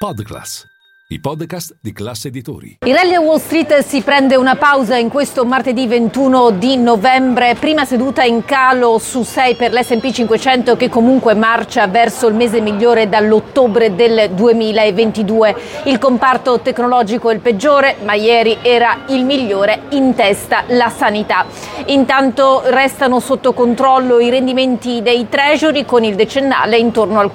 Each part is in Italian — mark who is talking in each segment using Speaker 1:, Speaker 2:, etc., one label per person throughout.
Speaker 1: Podclass, i podcast di Class Editori.
Speaker 2: Il rally a Wall Street si prende una pausa in questo martedì 21 di novembre, prima seduta in calo su 6 per l'S&P 500 che comunque marcia verso il mese migliore dall'ottobre del 2022. Il comparto tecnologico è il peggiore, ma ieri era il migliore, in testa la sanità. Intanto restano sotto controllo i rendimenti dei treasury con il decennale intorno al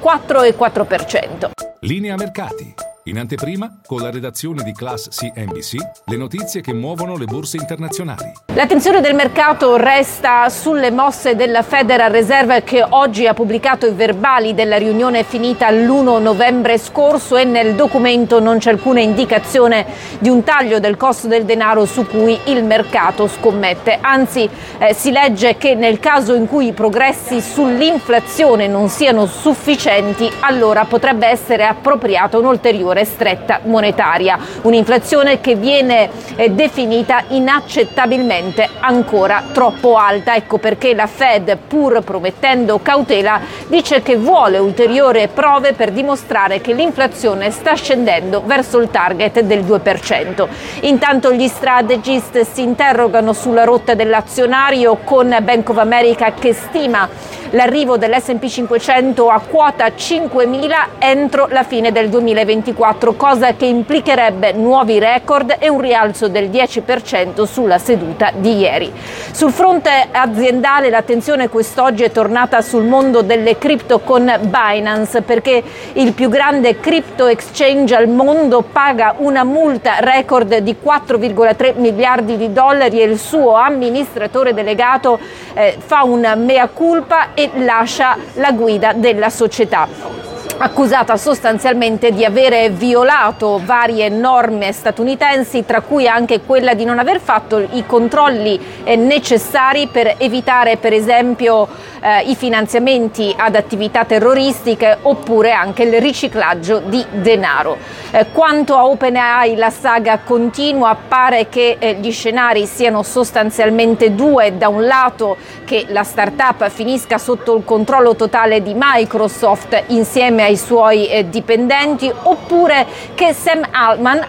Speaker 2: 4,4%.
Speaker 1: Linea mercati. In anteprima, con la redazione di Class CNBC, le notizie che muovono le borse internazionali.
Speaker 2: L'attenzione del mercato resta sulle mosse della Federal Reserve che oggi ha pubblicato i verbali della riunione finita l'1 novembre scorso e nel documento non c'è alcuna indicazione di un taglio del costo del denaro su cui il mercato scommette. Anzi, si legge che nel caso in cui i progressi sull'inflazione non siano sufficienti, allora potrebbe essere appropriata un'ulteriore stretta monetaria, un'inflazione che viene definita inaccettabilmente ancora troppo alta. Ecco perché la Fed, pur promettendo cautela, dice che vuole ulteriori prove per dimostrare che l'inflazione sta scendendo verso il target del 2%. Intanto gli strategist si interrogano sulla rotta dell'azionario, con Bank of America che stima l'arrivo dell'S&P 500 a quota 5.000 entro la fine del 2024, cosa che implicherebbe nuovi record e un rialzo del 10% sulla seduta di ieri. Sul fronte aziendale l'attenzione quest'oggi è tornata sul mondo delle cripto con Binance, perché il più grande crypto exchange al mondo paga una multa record di 4,3 miliardi di dollari e il suo amministratore delegato fa un mea culpa e lascia la guida della società, accusata sostanzialmente di avere violato varie norme statunitensi, tra cui anche quella di non aver fatto i controlli necessari per evitare, per esempio, i finanziamenti ad attività terroristiche oppure anche il riciclaggio di denaro. Quanto a OpenAI, la saga continua. Pare che gli scenari siano sostanzialmente due: da un lato che la startup finisca sotto il controllo totale di Microsoft insieme ai suoi dipendenti, oppure che Sam Altman,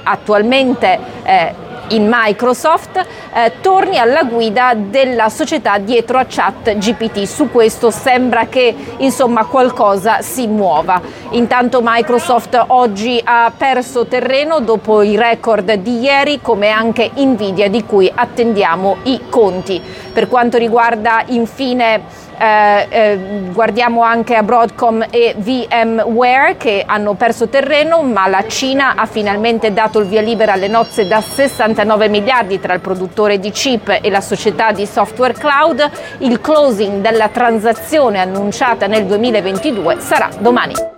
Speaker 2: attualmente in Microsoft, torni alla guida della società dietro a ChatGPT. Su questo sembra che qualcosa si muova. Intanto Microsoft oggi ha perso terreno dopo i record di ieri, come anche Nvidia, di cui attendiamo i conti. Per quanto riguarda infine guardiamo anche a Broadcom e VMware, che hanno perso terreno, ma la Cina ha finalmente dato il via libera alle nozze da 69 miliardi tra il produttore di chip e la società di software cloud. Il closing della transazione annunciata nel 2022 sarà domani.